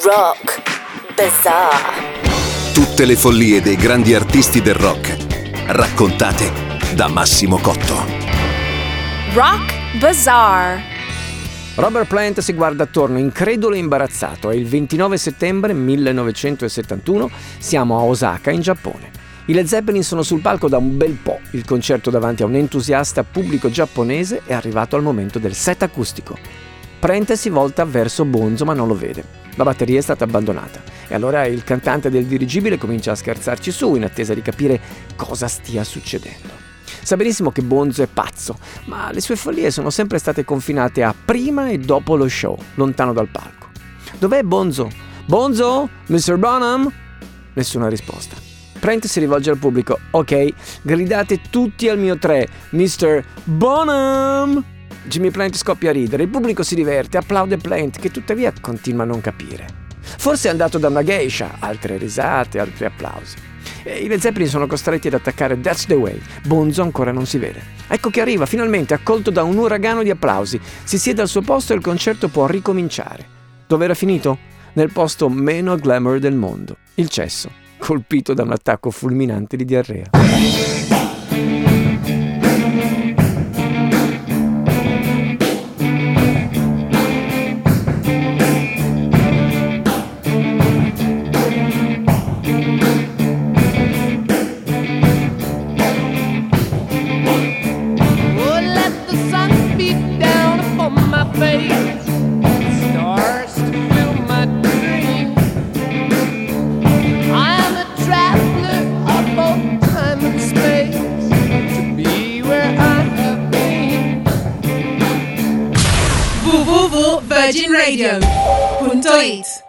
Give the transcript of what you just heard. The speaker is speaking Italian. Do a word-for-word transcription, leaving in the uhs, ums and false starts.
Rock Bazaar. Tutte le follie dei grandi artisti del rock, raccontate da Massimo Cotto. Rock Bazaar. Robert Plant si guarda attorno, incredulo e imbarazzato. È il ventinove settembre millenovecentosettantuno, siamo a Osaka, in Giappone. I Led Zeppelin sono sul palco da un bel po'. Il concerto davanti a un entusiasta pubblico giapponese è arrivato al momento del set acustico. Plant si volta verso Bonzo ma non lo vede. La batteria è stata abbandonata e allora il cantante del dirigibile comincia a scherzarci su in attesa di capire cosa stia succedendo. Sa benissimo che Bonzo è pazzo, ma le sue follie sono sempre state confinate a prima e dopo lo show, lontano dal palco. Dov'è Bonzo? Bonzo? mister Bonham? Nessuna risposta. Plant si rivolge al pubblico. Ok, gridate tutti al mio tre. mister Bonham! Jimmy Plant scoppia a ridere, il pubblico si diverte, applaude Plant, che tuttavia continua a non capire. Forse è andato da una geisha, altre risate, altri applausi. E i Led Zeppelin sono costretti ad attaccare That's the Way. Bonzo ancora non si vede. Ecco che arriva, finalmente, accolto da un uragano di applausi. Si siede al suo posto e il concerto può ricominciare. Dove era finito? Nel posto meno glamour del mondo, il cesso, colpito da un attacco fulminante di diarrea. w w w punto virgin radio punto it